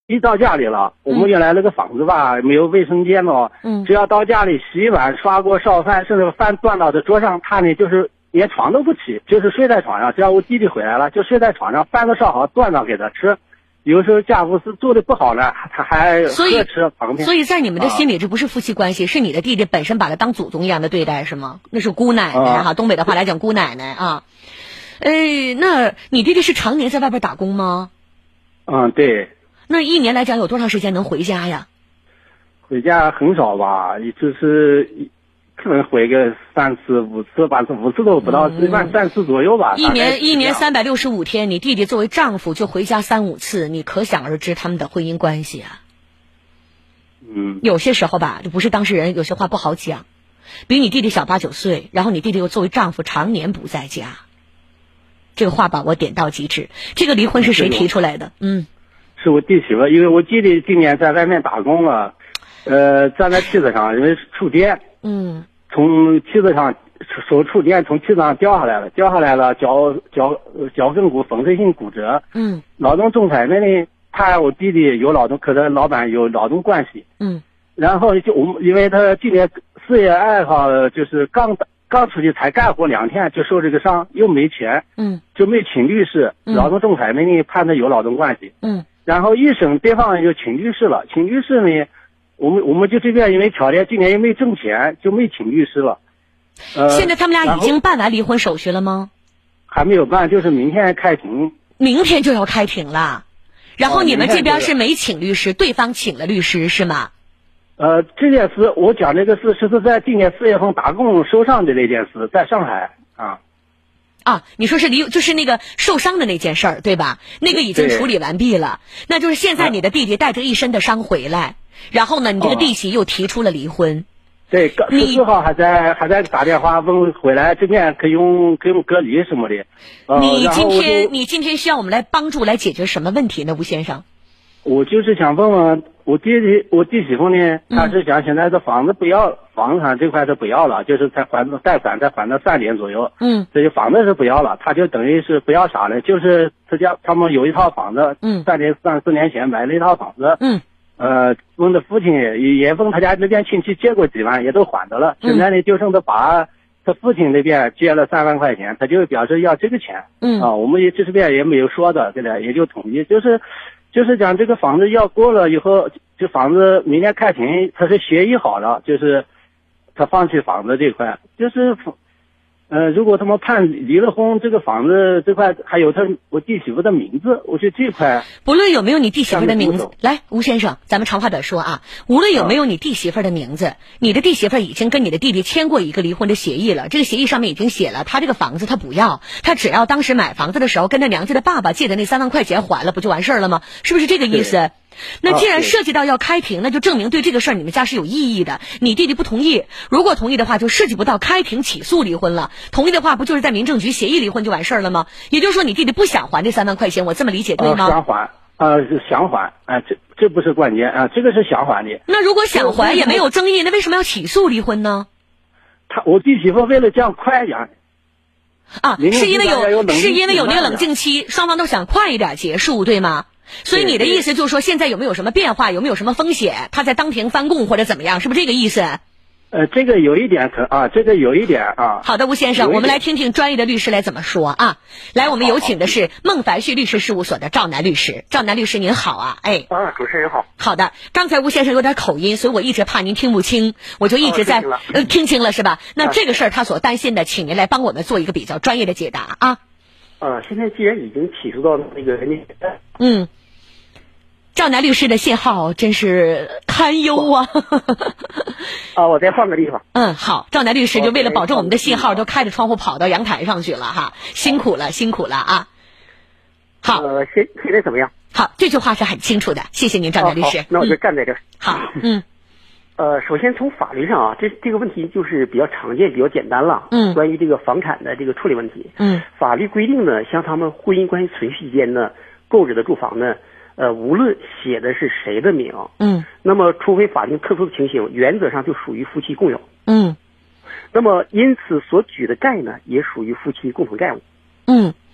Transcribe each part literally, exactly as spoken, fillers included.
一到家里了，我们原来那个房子吧，没有卫生间了， 嗯， 只要到家里洗碗、刷锅、烧饭，甚至饭端到这桌上，他呢就是连床都不起，就是睡在床上。只要我弟弟回来了，就睡在床上，饭都烧好，端到给他吃。有时候家务事做的不好呢，他还呵斥旁边。 所以在你们的心里，这不是夫妻关系，啊、是你的弟弟本身把他当祖宗一样的对待，是吗？那是姑奶奶哈、啊，东北的话来讲，姑奶奶啊。哎，那你弟弟是常年在外边打工吗？ 嗯，对。 那一年来讲，有多长时间能回家呀？ 回家很少吧，也就是可能回个三次、五次吧，五次都不到，一般三次左右吧。 一年一年三百六十五天，你弟弟作为丈夫就回家三五次，你可想而知他们的婚姻关系啊。 嗯。 有些时候吧，就不是当事人，有些话不好讲。比你弟弟小八九岁，然后你弟弟又作为丈夫常年不在家，这个话把我点到即止。这个离婚是谁提出来的？嗯， 是我弟媳妇，因为我弟弟今年在外面打工了，呃，站在梯子上，因为触电。 嗯。 从梯子上手触电，从梯子上掉下来了，掉下来了，脚脚脚跟骨粉碎性骨折。 嗯。 劳动仲裁那里，他我弟弟有劳动，和他老板有劳动关系。 嗯。 然后就我们，因为他今年事业爱好就是刚刚出去才干活两天就受这个伤，又没钱。 嗯。 就没请律师，劳动仲裁那里判他有劳动关系。 嗯。 然后一审对方就请律师了，请律师呢。我们我们就这边因为条件今年又没挣钱，就没请律师了。呃， 现在他们俩已经办完离婚手续了吗？ 还没有办，就是明天开庭。 明天就要开庭了，然后你们这边是没请律师，对方请了律师是吗？ 呃，这件事我讲这个事是在今年四月份打工受伤的那件事，在上海啊。 啊，你说是离就是那个受伤的那件事儿对吧？那个已经处理完毕了，那就是现在你的弟弟带着一身的伤回来。然后呢，你这个弟媳又提出了离婚。 对，十四号还在还在打电话问回来这边可以用可以用隔离什么的。呃、 你今天你今天需要我们来帮助来解决什么问题呢，吴先生？ 我就是想问问我弟弟我弟媳妇呢，他是想现在这房子不要，嗯、房产这块是不要了，就是才还贷款再还了三年左右。 嗯， 这些房子是不要了，他就等于是不要啥呢？就是他家他们有一套房子， 嗯， 三年三四年前买了一套房子， 嗯。 呃，问的父亲也也问他家那边亲戚借过几万，也都还的了。现在呢，就剩他爸他父亲那边借了三万块钱，他就表示要这个钱。 嗯啊，我们也这边也没有说的，对了，也就同意，就是就是讲这个房子要过了以后，这房子明年开庭，他是协议好了，就是他放弃房子这块，就是。呃，如果他们判离了婚，这个房子这块还有他我弟媳妇的名字，我觉得这块不论有没有你弟媳妇的名字，来，吴先生，咱们长话短说啊，无论有没有你弟媳妇的名字，你的弟媳妇已经跟你的弟弟签过一个离婚的协议了，这个协议上面已经写了，他这个房子他不要，他只要当时买房子的时候跟他娘家的爸爸借的那三万块钱还了，不就完事儿了吗？是不是这个意思？那既然涉及到要开庭，那就证明对这个事儿你们家是有异议的。你弟弟不同意，如果同意的话，就涉及不到开庭起诉离婚了。同意的话，不就是在民政局协议离婚就完事儿了吗？也就是说，你弟弟不想还这三万块钱，我这么理解对吗？ 呃、想还，呃，是想还，啊、呃，这这不是关键啊、呃，这个是想还的。 那如果想还也没有争议，那为什么要起诉离婚呢？ 他我弟媳妇为了这样快一点。 啊，是因为有是因为有那个冷静期，双方都想快一点结束，对吗？所以你的意思就是说，现在有没有什么变化，有没有什么风险？他在当庭翻供或者怎么样，是不是这个意思？ 呃，这个有一点可啊，这个有一点啊。 好的，吴先生，我们来听听专业的律师来怎么说啊。来，我们有请的是孟凡旭律师事务所的赵楠律师。赵楠律师您好啊，哎。 啊，主持人好。 好的，刚才吴先生有点口音，所以我一直怕您听不清，我就一直在、 哦、 呃听清了是吧？那这个事儿他所担心的，请您来帮我们做一个比较专业的解答啊。 呃，现在既然已经起诉到那个人家， 嗯。赵楠律师的信号真是堪忧啊！ 啊，我再换个地方。 嗯，好，赵楠律师就为了保证我们的信号，都开着窗户跑到阳台上去了哈，辛苦了，辛苦了啊！好， 呃，现现在怎么样？ 好，这句话是很清楚的，谢谢您，赵楠律师。 哦、那我就站在这儿、 嗯。好，嗯。 呃，首先从法律上啊，这这个问题就是比较常见、比较简单了。 嗯。 关于这个房产的这个处理问题， 嗯， 法律规定呢，像他们婚姻关系存续期间呢，购置的住房呢。呃，无论写的是谁的名， 嗯， 那么除非法定特殊的情形，原则上就属于夫妻共有， 嗯， 那么因此所举的债呢，也属于夫妻共同债务， 嗯，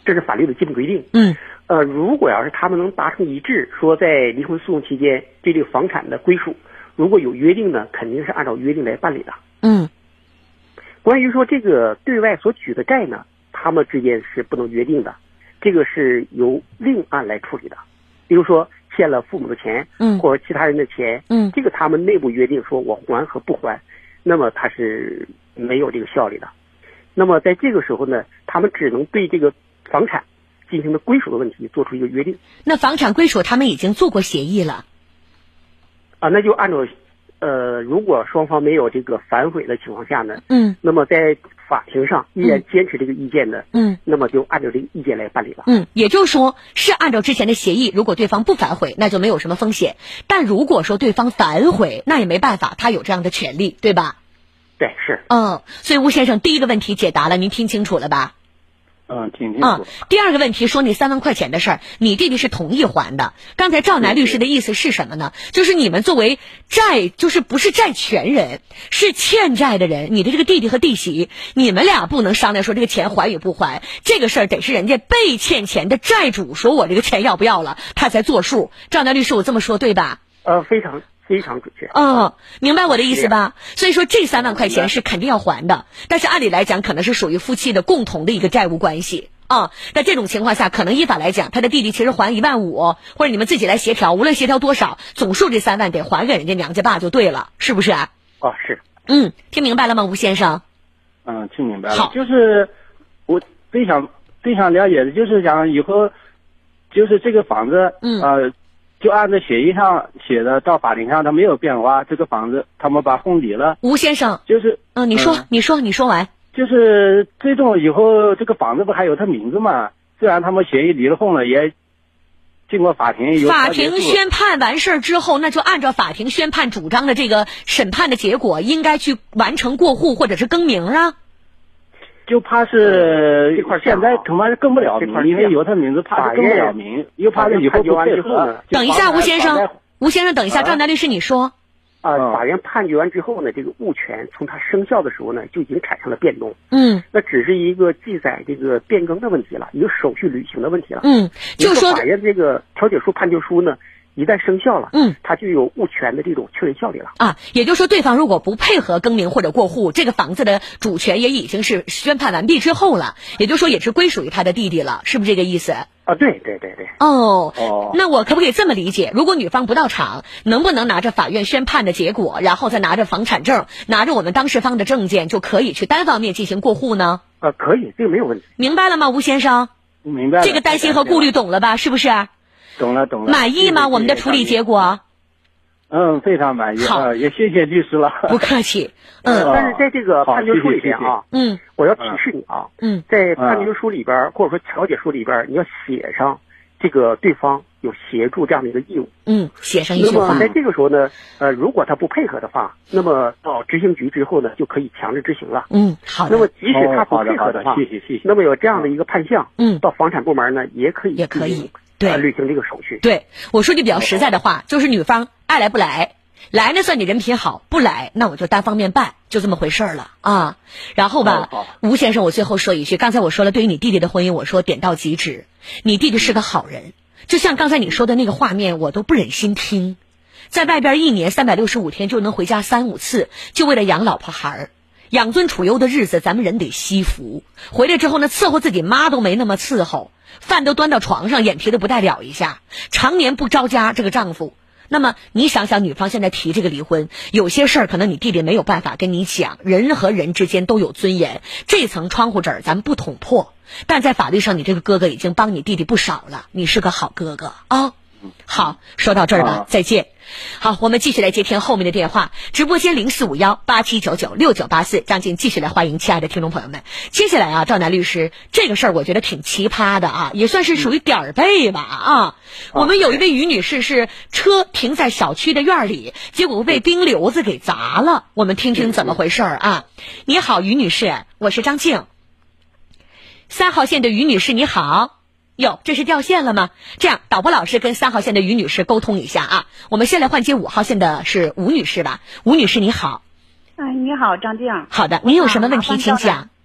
这是法律的基本规定。 嗯。 呃，如果要是他们能达成一致，说在离婚诉讼期间对这个房产的归属如果有约定呢，肯定是按照约定来办理的。 嗯。 关于说这个对外所举的债呢，他们之间是不能约定的，这个是由另案来处理的。比如说欠了父母的钱， 嗯， 或者其他人的钱， 嗯， 这个他们内部约定说我还和不还，那么它是没有这个效力的。那么在这个时候呢，他们只能对这个房产进行的归属的问题做出一个约定。 那房产归属他们已经做过协议了啊，那就按照呃，如果双方没有这个反悔的情况下呢， 嗯， 那么在法庭上依然坚持这个意见的， 嗯， 那么就按照这个意见来办理了。 嗯，也就是说是按照之前的协议，如果对方不反悔，那就没有什么风险。但如果说对方反悔，那也没办法，他有这样的权利，对吧？ 对，是。 嗯，所以吴先生第一个问题解答了，您听清楚了吧？ 嗯，听清楚。 嗯，第二个问题说你三万块钱的事儿，你弟弟是同意还的。刚才赵楠律师的意思是什么呢？就是你们作为债，就是不是债权人，是欠债的人，你的这个弟弟和弟媳，你们俩不能商量说这个钱还与不还，这个事儿得是人家被欠钱的债主说我这个钱要不要了，他才作数。赵楠律师，我这么说对吧？ 呃，非常。非常准确。 嗯，明白我的意思吧？所以说这三万块钱是肯定要还的，但是按理来讲可能是属于夫妻的共同的一个债务关系啊。在这种情况下，可能依法来讲，他的弟弟其实还一万五，或者你们自己来协调，无论协调多少，总数这三万得还给人家娘家爸就对了，是不是啊？ 哦，是。 嗯，听明白了吗，吴先生？ 嗯，听明白了。 好， 就是我非常非常了解的，就是讲以后就是这个房子， 嗯呃。就按照协议上写的，到法庭上它没有变化，这个房子他们把封抵了。 吴先生， 就是嗯，你说、 嗯、 你说你说完。 就是最终以后这个房子不还有他名字嘛？虽然他们协议离了婚了，也经过法庭有法庭宣判完事儿之后，那就按照法庭宣判主张的这个审判的结果，应该去完成过户或者是更名啊。 就怕是这块现在恐怕是更不了名，因为有他名字，怕是更不了名，又怕是以后不配合。 等一下，吴先生，吴先生，等一下，赵楠律师，你说。 啊，法院判决完之后呢，这个物权从它生效的时候呢，就已经产生了变动。 嗯， 那只是一个记载这个变更的问题了，一个手续履行的问题了。 嗯，就说法院这个调解书、判决书呢，一旦生效了， 嗯， 它就有物权的这种确认效力了啊。也就是说，对方如果不配合更名或者过户，这个房子的主权也已经是宣判完毕之后了，也就是说也是归属于他的弟弟了，是不是这个意思？ 啊，对对对对。 哦哦， 那我可不可以这么理解？如果女方不到场，能不能拿着法院宣判的结果，然后再拿着房产证，拿着我们当事方的证件，就可以去单方面进行过户呢？ 呃，可以，这个没有问题。 明白了吗，吴先生？ 明白了。 这个担心和顾虑懂了吧？是不是？ 懂了，懂了。 满意吗？我们的处理结果？ 嗯，非常满意。 好、 呃，也谢谢律师了。 不客气。嗯， 但是在这个判决书里边啊， 嗯， 我要提示你啊， 嗯， 在判决书里边或者说调解书里边，你要写上这个对方有协助这样的一个义务。 嗯，写上一句话。 那么在这个时候呢，呃，如果他不配合的话，那么到执行局之后呢，就可以强制执行了。 嗯，好的。 那么即使他不配合的话， 谢谢谢谢。 那么有这样的一个判项， 嗯， 到房产部门呢也可以也可以对履行这个手续。 对，我说句比较实在的话，就是女方爱来不来。来呢算你人品好，不来那我就单方面办，就这么回事儿了啊。然后吧，吴先生，我最后说一句，刚才我说了，对于你弟弟的婚姻，我说点到即止。你弟弟是个好人，就像刚才你说的那个画面，我都不忍心听。在外边一年三百六十五天就能回家三五次，就为了养老婆孩儿，养尊处优的日子，咱们人得惜福。回来之后呢，伺候自己妈都没那么伺候，饭都端到床上，眼皮都不带燎一下，常年不着家，这个丈夫。那么你想想，女方现在提这个离婚，有些事儿可能你弟弟没有办法跟你讲，人和人之间都有尊严，这层窗户纸咱们不捅破，但在法律上你这个哥哥已经帮你弟弟不少了，你是个好哥哥啊。好，说到这儿吧，再见。好，我们继续来接听后面的电话，直播间零四五幺八七九九六九八四，张静继续来欢迎亲爱的听众朋友们。接下来啊，赵楠律师，这个事儿我觉得挺奇葩的啊，也算是属于点儿背吧啊。我们有一位于女士是车停在小区的院里，结果被冰瘤子给砸了，我们听听怎么回事儿啊。你好，于女士，我是张静。三号线的于女士，你好。哟，这是掉线了吗？这样，导播老师跟三号线的于女士沟通一下啊。我们先来换接五号线的是吴女士吧。吴女士你好。 哎，你好，张静。 好的，您有什么问题请讲。哎，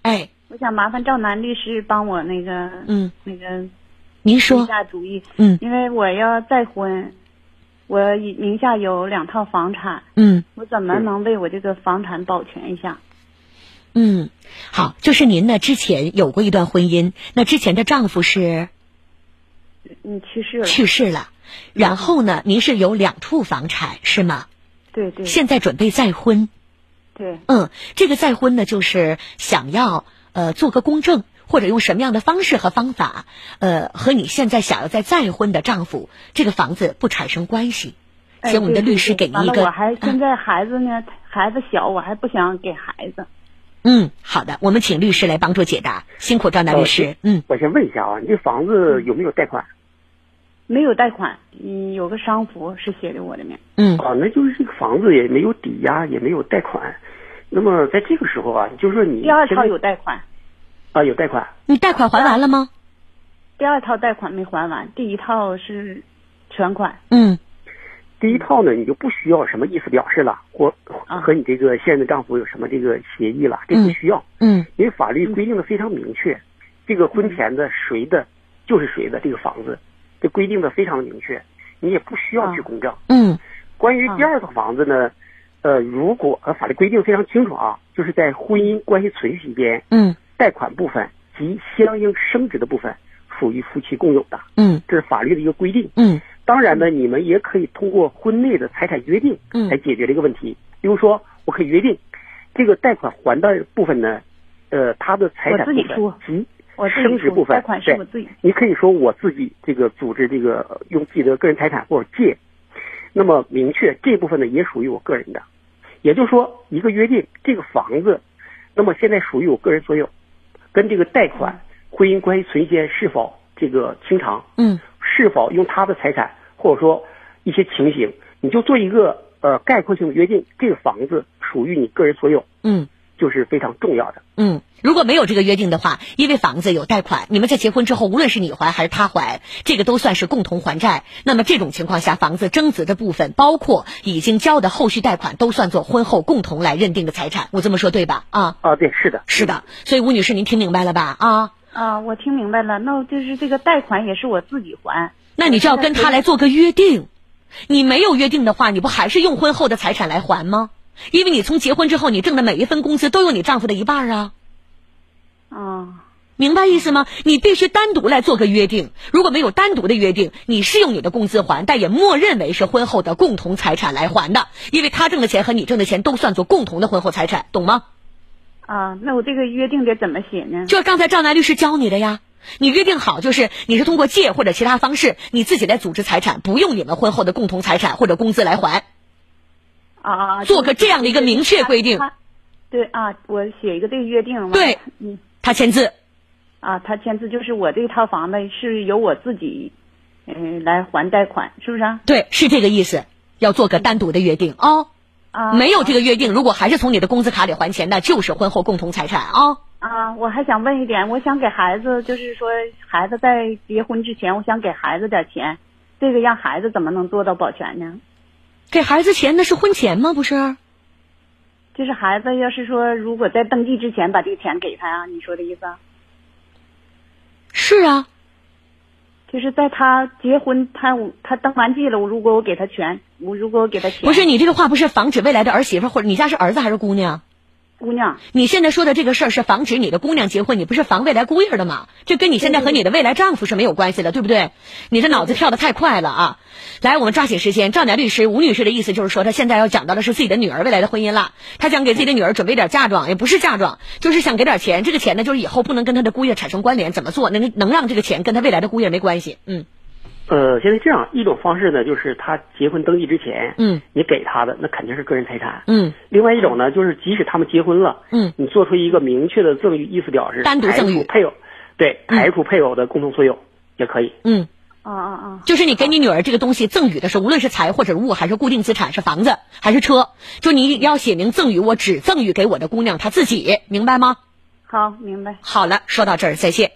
我想麻烦赵楠律师帮我那个， 嗯， 那个， 您说一下主意。 嗯， 因为我要再婚，我名下有两套房产。 嗯， 我怎么能为我这个房产保全一下？ 嗯，好，就是您呢之前有过一段婚姻，那之前的丈夫是嗯去世了。 去世了，然后呢，您是有两处房产是吗？ 对对。 现在准备再婚。 对。 嗯，这个再婚呢，就是想要呃做个公证，或者用什么样的方式和方法，呃，和你现在想要再再婚的丈夫这个房子不产生关系。请我们的律师给您一个。 我还现在孩子呢，孩子小，我还不想给孩子。 嗯，好的，我们请律师来帮助解答。辛苦赵楠律师。嗯， 我先问一下啊，你这房子有没有贷款？ 没有贷款，嗯，有个商服是写的我的名。 嗯。 啊，那就是这个房子也没有抵押，也没有贷款。那么在这个时候啊，就是说你第二套有贷款。 啊，有贷款。 你贷款还完了吗？ 第二套贷款没还完，第一套是全款。 嗯。 第一套呢，你就不需要什么意思表示了，或和你这个现任的丈夫有什么这个协议了，这不需要。 嗯。 因为法律规定的非常明确，这个婚前的谁的就是谁的这个房子，这规定的非常的明确，你也不需要去公证。 嗯。 关于第二套房子呢？呃，如果呃法律规定非常清楚啊，就是在婚姻关系存续期间， 嗯， 贷款部分及相应升值的部分属于夫妻共有的， 嗯， 这是法律的一个规定， 嗯， 当然呢，你们也可以通过婚内的财产约定， 嗯， 来解决这个问题。比如说，我可以约定，这个贷款还的部分呢，呃，他的财产部分及升值部分， 贷款是我自己， 你可以说我自己这个组织这个用自己的个人财产或者借，那么明确这部分呢也属于我个人的。也就是说，一个约定，这个房子，那么现在属于我个人所有，跟这个贷款、婚姻关系存续间是否这个清偿， 嗯， 是否用他的财产，或者说一些情形，你就做一个呃概括性的约定，这个房子属于你个人所有， 嗯， 就是非常重要的。 嗯，如果没有这个约定的话，因为房子有贷款，你们在结婚之后，无论是你还还是他还，这个都算是共同还债。那么这种情况下，房子增值的部分，包括已经交的后续贷款，都算作婚后共同来认定的财产。我这么说对吧？啊啊，对，是的， 是的。所以吴女士，您听明白了吧？啊啊，我听明白了。那就是这个贷款也是我自己还， 那你就要跟他来做个约定。你没有约定的话，你不还是用婚后的财产来还吗？因为你从结婚之后，你挣的每一分工资都有你丈夫的一半啊。 啊， 明白意思吗？你必须单独来做个约定。如果没有单独的约定，你是用你的工资还，但也默认为是婚后的共同财产来还的，因为他挣的钱和你挣的钱都算作共同的婚后财产，懂吗？ 啊，那我这个约定得怎么写呢？ 就是刚才赵楠律师教你的呀。你约定好，就是你是通过借或者其他方式，你自己来组织财产，不用你们婚后的共同财产或者工资来还。 啊， 做个这样的一个明确规定。 对啊，我写一个这个约定。 对， 嗯， 他签字。 啊，他签字就是我这套房子是由我自己，嗯、呃，来还贷款，是不是啊？ 对，是这个意思。要做个单独的约定哦。 啊， 没有这个约定，如果还是从你的工资卡里还钱，那就是婚后共同财产啊。 啊，我还想问一点，我想给孩子，就是说孩子在结婚之前，我想给孩子点钱，这个让孩子怎么能做到保全呢？ 给孩子钱那是婚前吗？不是， 就是孩子要是说如果在登记之前把这个钱给他啊，你说的意思？ 是啊， 就是在他结婚，他他登完记了，我如果我给他钱，我如果我给他钱， 不是你这个话不是防止未来的儿媳妇，或者你家是儿子还是姑娘？ 姑娘， 你现在说的这个事儿是防止你的姑娘结婚，你不是防未来姑爷的吗？这跟你现在和你的未来丈夫是没有关系的，对不对？你这脑子跳得太快了啊！来，我们抓紧时间。赵楠律师，吴女士的意思就是说，她现在要讲到的是自己的女儿未来的婚姻了，她想给自己的女儿准备点嫁妆，也不是嫁妆，就是想给点钱。这个钱呢，就是以后不能跟她的姑爷产生关联，怎么做能能让这个钱跟她未来的姑爷没关系？嗯。 呃，现在这样一种方式呢，就是他结婚登记之前， 嗯， 你给他的那肯定是个人财产， 嗯。 另外一种呢，就是即使他们结婚了， 嗯， 你做出一个明确的赠与意思表示， 单独赠与配偶，对，排除配偶的共同所有、嗯、也可以， 嗯。 啊啊啊！ 就是你给你女儿这个东西赠与的时候，无论是财或者物，还是固定资产，是房子还是车，就你要写明赠与，我只赠与给我的姑娘她自己，明白吗？ 好，明白。 好了，说到这儿，再见。 嗯。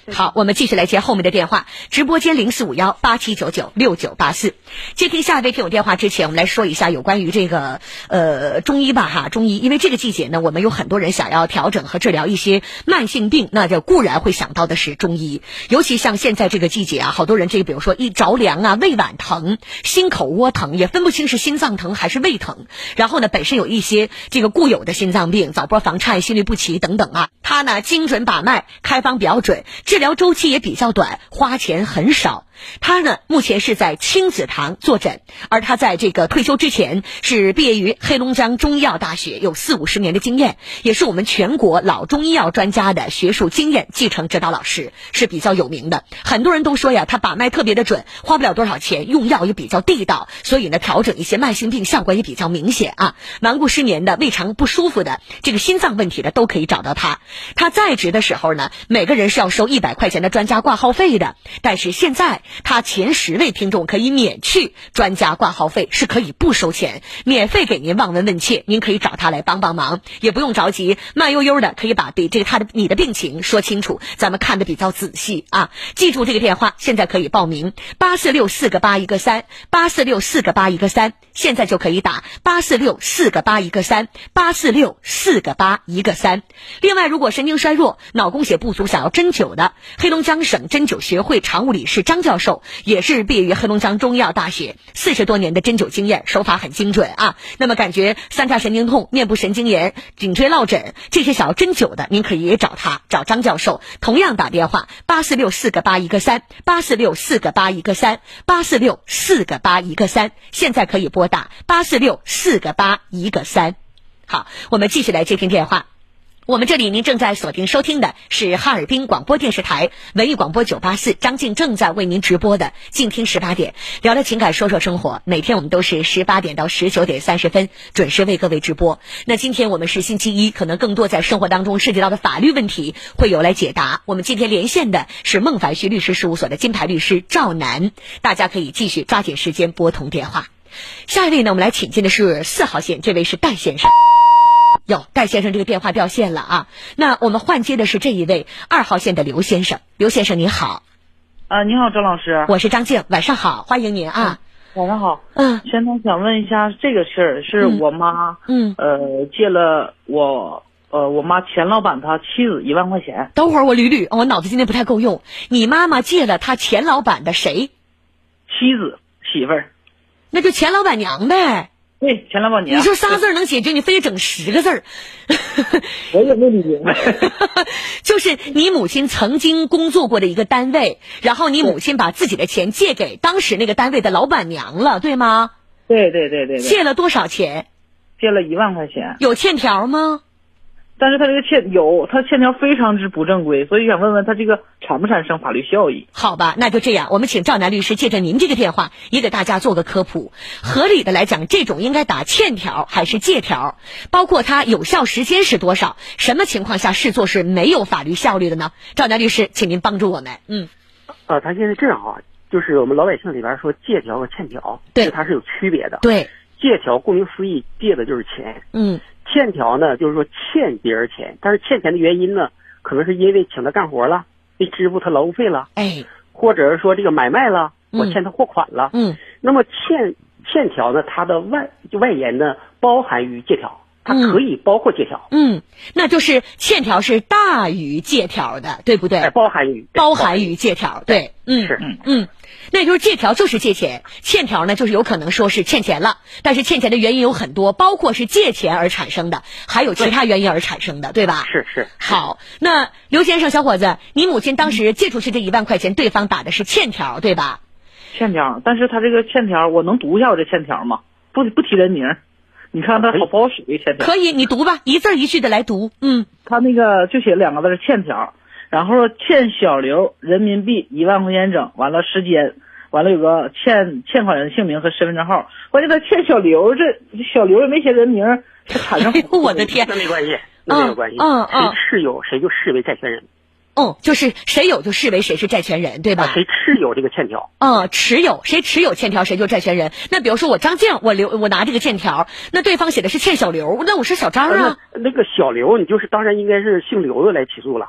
好，我们继续来接后面的电话，直播间零四五幺八七九九六九八四。接听下一位听友电话之前，我们来说一下有关于这个呃中医吧哈，中医，因为这个季节呢，我们有很多人想要调整和治疗一些慢性病，那就固然会想到的是中医，尤其像现在这个季节啊，好多人这个比如说一着凉啊，胃脘疼、心口窝疼，也分不清是心脏疼还是胃疼，然后呢，本身有一些这个固有的心脏病，早搏房颤、心律不齐等等啊，它呢精准把脉，开方比较准，治疗周期也比较短，花钱很少。他呢目前是在青子堂坐诊，而他在这个退休之前是毕业于黑龙江中医药大学，有四五十年的经验，也是我们全国老中医药专家的学术经验继承指导老师，是比较有名的。很多人都说呀，他把脉特别的准，花不了多少钱，用药也比较地道，所以呢调整一些慢性病效果也比较明显啊。顽固失眠的、胃肠不舒服的、这个心脏问题的都可以找到他。他在职的时候呢，每个人是要收一百块钱的专家挂号费的，但是现在他前十位听众可以免去专家挂号费，是可以不收钱，免费给您望闻问切，您可以找他来帮帮忙，也不用着急，慢悠悠的可以把对这个他的你的病情说清楚，咱们看得比较仔细啊。记住这个电话，现在可以报名八四六四个八一个三，八四六四个八一个三，现在就可以打八四六四个八一个三，八四六四个八一个三。另外，如果神经衰弱、脑供血不足想要针灸的，黑龙江省针灸学会常务理事张教授也是毕业于黑龙江中医药大学，四十多年的针灸经验，手法很精准啊。那么感觉三叉神经痛、面部神经炎、颈椎落枕这些想要针灸的，您可以也找他，找张教授，同样打电话八四六四个八一个三，八四六四个八一个三，八四六四个八一个三，现在可以拨打八四六四个八一个三。好，我们继续来接听电话。我们这里您正在锁定收听的是哈尔滨广播电视台文艺广播九八四，张静正在为您直播的静听十八点，聊聊情感，说说生活。每天我们都是十八点到十九点三十分准时为各位直播。那今天我们是星期一，可能更多在生活当中涉及到的法律问题会有来解答。我们今天连线的是孟凡旭律师事务所的金牌律师赵楠，大家可以继续抓紧时间拨通电话。下一位呢，我们来请进的是四号线，这位是戴先生。哟，戴先生这个电话掉线了啊！那我们换接的是这一位二号线的刘先生。刘先生您好。 啊，你好，张老师。 我是张静，晚上好，欢迎您啊。 嗯、晚上好。 嗯。 现在想问一下这个事儿，是我妈嗯呃借了我呃我妈前老板他妻子一万块钱。 等会儿我捋捋，我脑子今天不太够用。你妈妈借了他前老板的谁？ 妻子媳妇儿。 那就前老板娘呗。 对，前老板娘。 你说仨字儿能解决，你非得整十个字儿。 我也没理明白。 就是你母亲曾经工作过的一个单位，然后你母亲把自己的钱借给当时那个单位的老板娘了，对吗？ 对对对对对。 借了多少钱？ 借了一万块钱。 有欠条吗？ 但是他这个欠有，他欠条非常之不正规，所以想问问他这个产不产生法律效益？ 好吧，那就这样，我们请赵楠律师借着您这个电话，也给大家做个科普。合理的来讲，这种应该打欠条还是借条？包括它有效时间是多少？什么情况下视作是没有法律效力的呢？赵楠律师，请您帮助我们。嗯， 呃，他现在这样啊，就是我们老百姓里边说借条和欠条， 对， 它是有区别的。 对， 借条顾名思义，借的就是钱。 嗯。 欠条呢，就是说欠别人钱，但是欠钱的原因呢，可能是因为请他干活了，没支付他劳务费了， 哎， 或者是说这个买卖了，我欠他货款了， 嗯， 那么欠欠条呢，它的外就外延呢，包含于借条，它可以包括借条， 嗯，那就是欠条是大于借条的，对不对？ 哎，包含于包含于借条，对，嗯， 是， 嗯嗯。那就是借条就是借钱，欠条呢就是有可能说是欠钱了，但是欠钱的原因有很多，包括是借钱而产生的，还有其他原因而产生的，对吧？ 是是。 好，那刘先生小伙子，你母亲当时借出去这一万块钱，对方打的是欠条，对吧？ 欠条，但是他这个欠条，我能读一下我这欠条吗？不不提人名，你看他好不好使这欠条？ 可以，你读吧，一字一句的来读。嗯， 他那个就写两个字欠条。然后说欠小刘人民币一万块钱整，完了时间，完了有个欠欠款人姓名和身份证号。关键他欠小刘，这小刘也没写人名，他产生、 哎、我的天， 那没关系，那没有关系。 嗯嗯， 谁持有谁就视为债权人。 哦，就是谁有就视为谁是债权人，对吧？ 啊、谁持有这个欠条？ 嗯，持有谁持有欠条谁就债权人。那比如说我张静，我留我拿这个欠条，那对方写的是欠小刘，那我是小张啊。 那那个小刘，你就是当然应该是姓刘的来起诉了。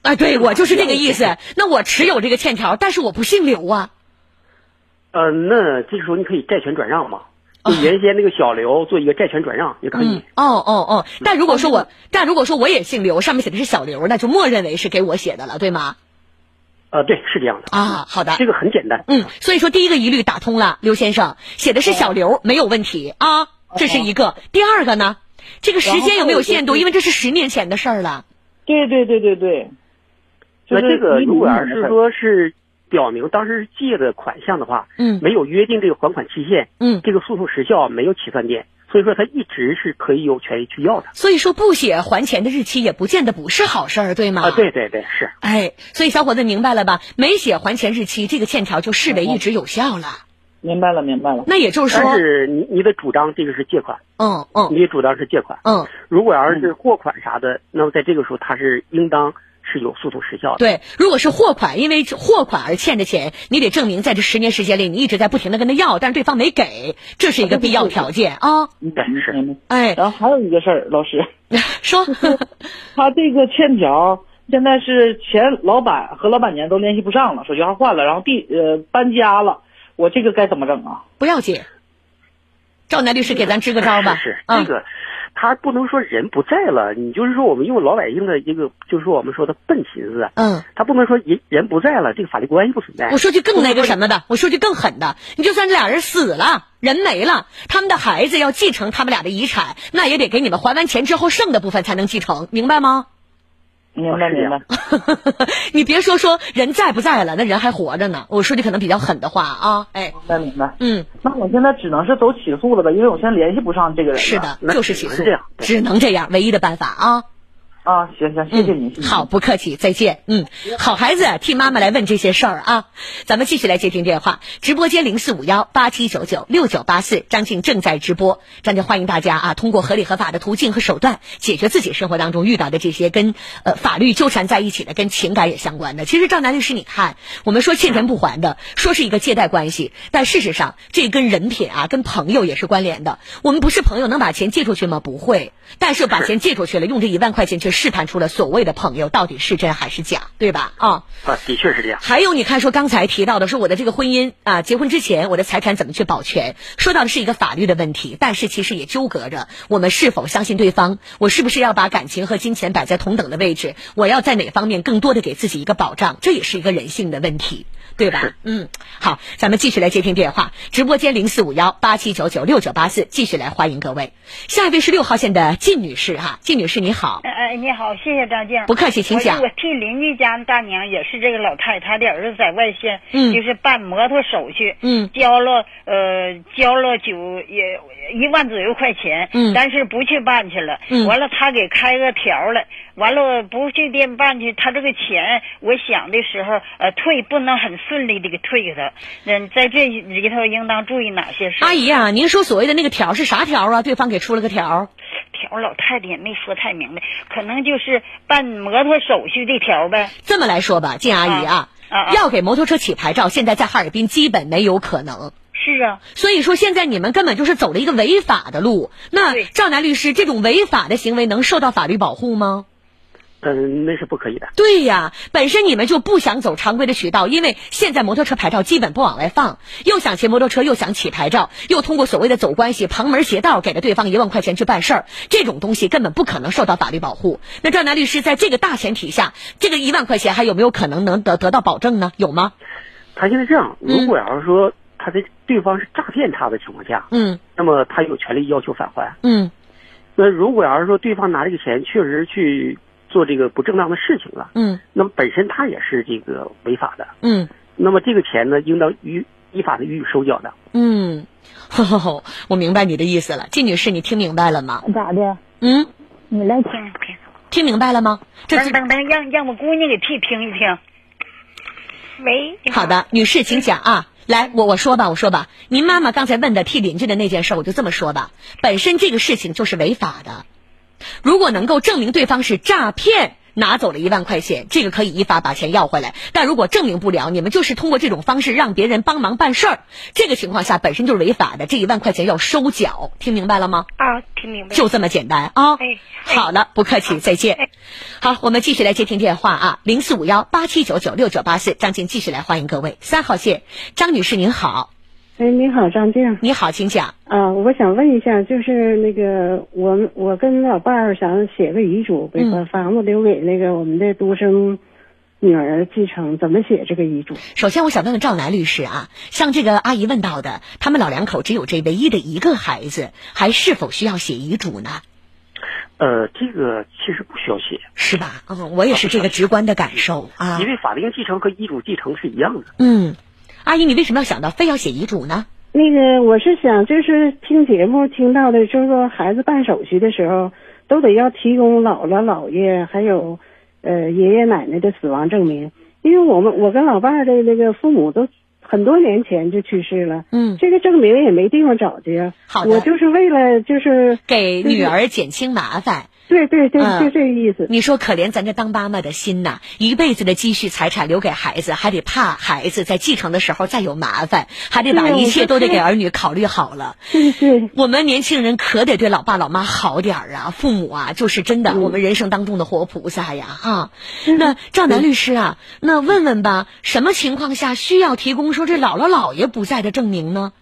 啊，对，我就是这个意思。那我持有这个欠条，但是我不姓刘啊。 呃，那这个时候你可以债权转让嘛，就原先那个小刘做一个债权转让也可以。 嗯、哦哦哦，但如果说我，但如果说我也姓刘，上面写的是小刘，那就默认为是给我写的了，对吗？ 呃，对，是这样的啊。好的， 这个很简单。 嗯，所以说第一个疑虑打通了，刘先生写的是小刘、哦、没有问题啊，这是一个。哦、第二个呢，这个时间有没有限度？因为这是十年前的事儿了。 对对对对对。 那这个如果要是说是表明当时借的款项的话， 嗯， 没有约定这个还款期限， 嗯， 这个诉讼时效没有起算点，所以说他一直是可以有权利去要的。 所以说不写还钱的日期也不见得不是好事儿，对吗？ 啊，对对对，是。 哎，所以小伙子明白了吧？没写还钱日期，这个欠条就视为一直有效了。 明白了，明白了。 那也就是说， 但是你你的主张这个是借款， 嗯嗯， 你的主张是借款， 嗯， 如果要是货款啥的，那么在这个时候他是应当是有诉讼时效的。 对，如果是货款，因为货款而欠的钱，你得证明在这十年时间里，你一直在不停的跟他要，但是对方没给，这是一个必要条件啊。 对，是。 哎， 然后还有一个事儿，老师说， 他这个欠条现在是前老板和老板娘都联系不上了，手机号换了，然后地呃搬家了，我这个该怎么整啊？ 不要紧，赵楠律师给咱支个招吧。 是是，这个。嗯，他不能说人不在了，你就是说我们用老百姓的一个，就是说我们说的笨心思， 嗯， 他不能说人人不在了，这个法律关系不存在。 我说句更那个什么的，我说句更狠的，你就算这俩人死了，人没了，他们的孩子要继承他们俩的遗产，那也得给你们还完钱之后剩的部分才能继承，明白吗？ 明白明白。 你别说说人在不在了，那人还活着呢。我说句可能比较狠的话啊，哎， 明白明白。 嗯， 那我现在只能是走起诉了呗，因为我现在联系不上这个人了。 是的，就是起诉， 这样， 只能这样，唯一的办法啊。 啊，行行，谢谢你、 嗯。好，不客气，再见。嗯，好孩子，替妈妈来问这些事儿啊。咱们继续来接听电话，直播间零四五幺八七九九六九八四，张静正在直播，张静欢迎大家啊，通过合理合法的途径和手段，解决自己生活当中遇到的这些跟呃法律纠缠在一起的、跟情感也相关的。其实赵楠律师，你看，我们说欠钱不还的，说是一个借贷关系，但事实上这跟人品啊、跟朋友也是关联的。我们不是朋友，能把钱借出去吗？不会，但是把钱借出去了，用这一万块钱去试探出了所谓的朋友到底是真还是假，对吧？啊啊，的确是这样。 还有你看，说刚才提到的，说我的这个婚姻啊，结婚之前我的财产怎么去保全，说到的是一个法律的问题，但是其实也纠葛着我们是否相信对方，我是不是要把感情和金钱摆在同等的位置，我要在哪方面更多的给自己一个保障，这也是一个人性的问题。对吧？嗯，好，咱们继续来接听电话，直播间零四五幺八七九九六九八四，继续来欢迎各位。下一位是六号线的靳女士哈，靳女士你好。 呃，你好，谢谢张静。 不客气，请讲。 我替邻居家大娘也是这个老太太，她的儿子在外县， 嗯， 就是办摩托手续， 嗯， 交了呃交了九也一万左右块钱， 嗯， 但是不去办去了， 嗯， 完了他给开个条了，完了不去店办去，他这个钱我想的时候呃退不能很顺利的给退给他，嗯，在这里头应当注意哪些事？ 阿姨啊，您说所谓的那个条是啥条啊？对方给出了个条。 条老太太也没说太明白，可能就是办摩托手续的条呗。 这么来说吧，靳阿姨啊， 啊啊要给摩托车起牌照，现在在哈尔滨基本没有可能。 是啊， 所以说现在你们根本就是走了一个违法的路。那赵楠律师，这种违法的行为能受到法律保护吗？ 嗯，那是不可以的。 对呀，本身你们就不想走常规的渠道，因为现在摩托车牌照基本不往外放，又想骑摩托车，又想起牌照，又通过所谓的走关系、旁门邪道给了对方一万块钱去办事儿，这种东西根本不可能受到法律保护。那赵楠律师，在这个大前提下，这个一万块钱还有没有可能能得得到保证呢？有吗？ 他现在这样，如果要是说他的对方是诈骗他的情况下， 嗯， 那么他有权利要求返还， 嗯， 那如果要是说对方拿这个钱确实去做这个不正当的事情了， 嗯， 那么本身他也是这个违法的， 嗯， 那么这个钱呢，应当予依法的予以收缴的。 嗯，呵呵呵，我明白你的意思了，靳女士，你听明白了吗？ 咋的？ 嗯， 你来听听， 听明白了吗？这等等等，让让我姑娘给替听一听。喂， 好的，女士，请讲啊。来，我我说吧，我说吧，您妈妈刚才问的替邻居的那件事，我就这么说吧，本身这个事情就是违法的。如果能够证明对方是诈骗拿走了一万块钱，这个可以依法把钱要回来。但如果证明不了，你们就是通过这种方式让别人帮忙办事儿，这个情况下本身就是违法的，这一万块钱要收缴，听明白了吗？ 啊，听明白了。 就这么简单啊！ 哎， 好了，不客气，再见。好，我们继续来接听电话啊，零四五幺八七九九六九八四，张静继续来欢迎各位。三号线，张女士您好。 哎，你好，张静。 你好，请讲。 啊，我想问一下，就是那个我我跟老伴儿想写个遗嘱，把把房子留给那个我们的独生女儿继承，怎么写这个遗嘱？ 首先，我想问问赵楠律师啊，像这个阿姨问到的，他们老两口只有这唯一的一个孩子，还是否需要写遗嘱呢？ 呃，这个其实不需要写， 是吧？嗯，我也是这个直观的感受啊。 因为法定继承和遗嘱继承是一样的。 嗯。阿姨，你为什么要想到非要写遗嘱呢？ 那个我是想，就是听节目听到的，就是说孩子办手续的时候，都得要提供姥姥姥爷还有呃爷爷奶奶的死亡证明，因为我们我跟老伴儿的那个父母都很多年前就去世了， 嗯， 这个证明也没地方找去呀。 好的， 我就是为了就是给女儿减轻麻烦。 对对对， 嗯、 就这个意思。 你说可怜咱这当妈妈的心呐，一辈子的积蓄财产留给孩子，还得怕孩子在继承的时候再有麻烦，还得把一切都得给儿女考虑好了。 对对， 我们年轻人可得对老爸老妈好点儿啊，父母啊，就是真的、嗯、我们人生当中的活菩萨呀哈。那赵楠律师啊，那问问吧，什么情况下需要提供说这姥姥姥爷不在的证明呢？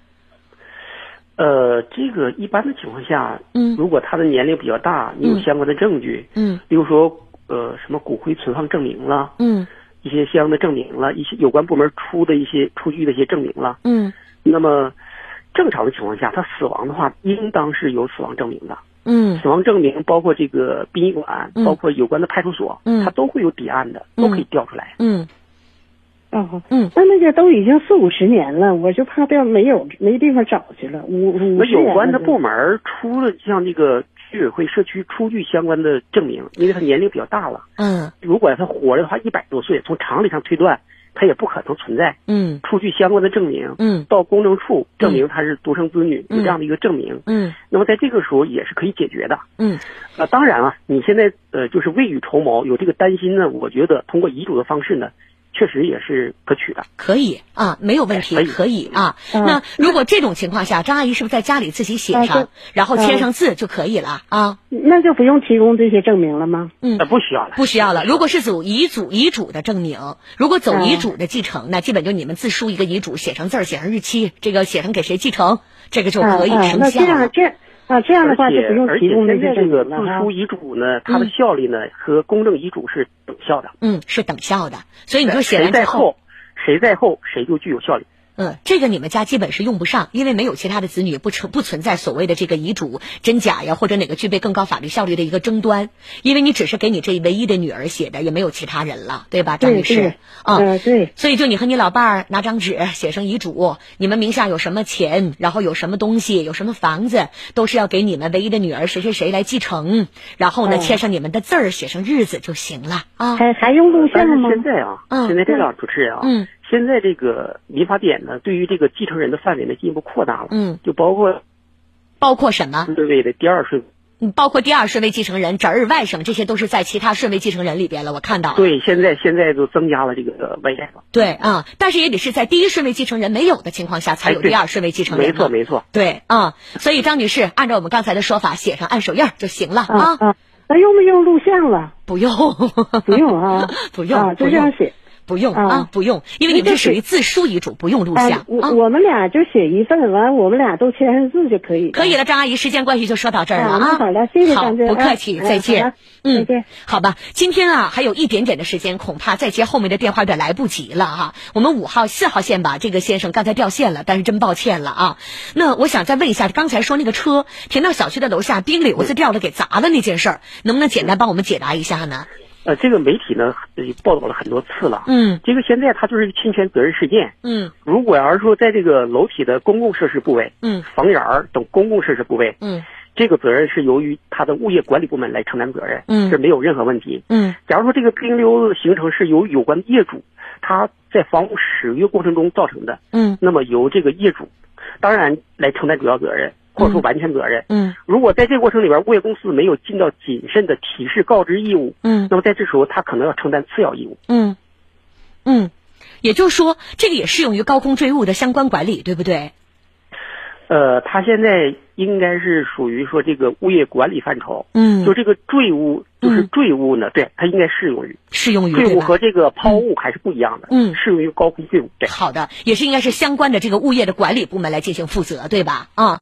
呃，这个一般的情况下， 嗯， 如果他的年龄比较大，你有相关的证据， 嗯， 比如说呃什么骨灰存放证明了， 嗯， 一些相应的证明了，一些有关部门出的一些出具的一些证明了， 嗯， 那么正常的情况下，他死亡的话，应当是有死亡证明的， 嗯， 死亡证明包括这个殡仪馆， 嗯、 包括有关的派出所， 嗯， 他都会有抵案的，都可以调出来， 嗯。 哦， 嗯， 那那个都已经四五十年了，我就怕掉没有没地方找去了。五五那有关的部门出了像这个居委会社区出具相关的证明，因为他年龄比较大了。 嗯， 如果他活着的话，一百多岁，从常理上推断，他也不可能存在。 嗯， 出具相关的证明。 嗯， 到公证处证明他是独生子女， 嗯、 有这样的一个证明。 嗯， 那么在这个时候也是可以解决的。 嗯， 呃，当然了，你现在呃就是未雨绸缪，有这个担心呢，我觉得通过遗嘱的方式呢。确实也是可取的， 可以啊，没有问题，可以, 可以啊、嗯。那如果这种情况下，张阿姨是不是在家里自己写上，啊、然后签上字就可以了啊？ 那就不用提供这些证明了吗？ 嗯， 呃、不需要了， 不需要了。如果是走遗嘱遗嘱的证明，如果走遗嘱的继承，嗯、那基本就你们自书一个遗嘱，写上字儿，写上日期，这个写上给谁继承，这个就可以生效了。 啊啊、这样这。啊，这样的话就不用提供这些证明了。而且现在这个自书遗嘱呢，它的效力呢和公证遗嘱是等效的。 嗯，是等效的，所以你就写完之后，谁在后谁就具有效力。 嗯，这个你们家基本是用不上，因为没有其他的子女，不存不存在所谓的这个遗嘱真假呀，或者哪个具备更高法律效力的一个争端，因为你只是给你这唯一的女儿写的，也没有其他人了，对吧，张女士？ 啊、嗯呃，对。 所以就你和你老伴儿拿张纸写上遗嘱，你们名下有什么钱，然后有什么东西，有什么房子，都是要给你们唯一的女儿谁谁谁来继承，然后呢、嗯、签上你们的字儿，写上日子就行了啊。 还还用录像吗？ 现在啊，嗯，现在这样主持人啊， 嗯。 现在这个民法典呢，对于这个继承人的范围呢进一步扩大了， 嗯， 就包括， 包括什么？ 顺位的第二顺位， 嗯，包括第二顺位继承人、侄儿、外甥，这些都是在其他顺位继承人里边了。我看到了。 对，现在现在都增加了这个外债了。 对啊、嗯，但是也得是在第一顺位继承人没有的情况下，才有第二顺位继承人、 哎。没错，没错。 对啊、嗯，所以张女士按照我们刚才的说法，写上按手印就行了啊。 啊，那用不用录像了？ 不用， 不用啊， 不用， 啊，就这样写。 不用啊，啊，不用，因为你们这属于自书遗嘱，不用录像。 啊、我我们俩就写一份，完我们俩都签上字就可以。 可以了，张阿姨，时间关系就说到这儿了啊。 啊好了，谢谢张姐。 好，不客气，再见。 嗯，再见。 好吧，今天啊还有一点点的时间，恐怕再接后面的电话有点来不及了哈。我们五号、四号线吧，这个先生刚才掉线了，但是真抱歉了啊。那我想再问一下，刚才说那个车停到小区的楼下，冰瘤子掉了给砸了那件事儿，能不能简单帮我们解答一下呢？ 呃，这个媒体呢报道了很多次了， 嗯， 这个现在它就是侵权责任事件， 嗯， 如果要是说在这个楼体的公共设施部位， 嗯， 房檐儿等公共设施部位， 嗯， 这个责任是由于它的物业管理部门来承担责任， 嗯， 是没有任何问题， 嗯， 假如说这个冰溜子形成是由有关业主他在房屋使用过程中造成的， 嗯， 那么由这个业主当然来承担主要责任， 或者说完全责任。 嗯， 如果在这个过程里边，物业公司没有尽到谨慎的提示告知义务， 嗯， 那么在这时候他可能要承担次要义务。 嗯嗯，也就是说，这个也适用于高空坠物的相关管理，对不对？ 呃，它现在应该是属于说这个物业管理范畴。 嗯， 就这个坠物，就是坠物呢，嗯、对，它应该适用于适用于坠物和这个抛物还是不一样的。 嗯， 适用于高空坠物。对， 好的，也是应该是相关的这个物业的管理部门来进行负责，对吧？啊。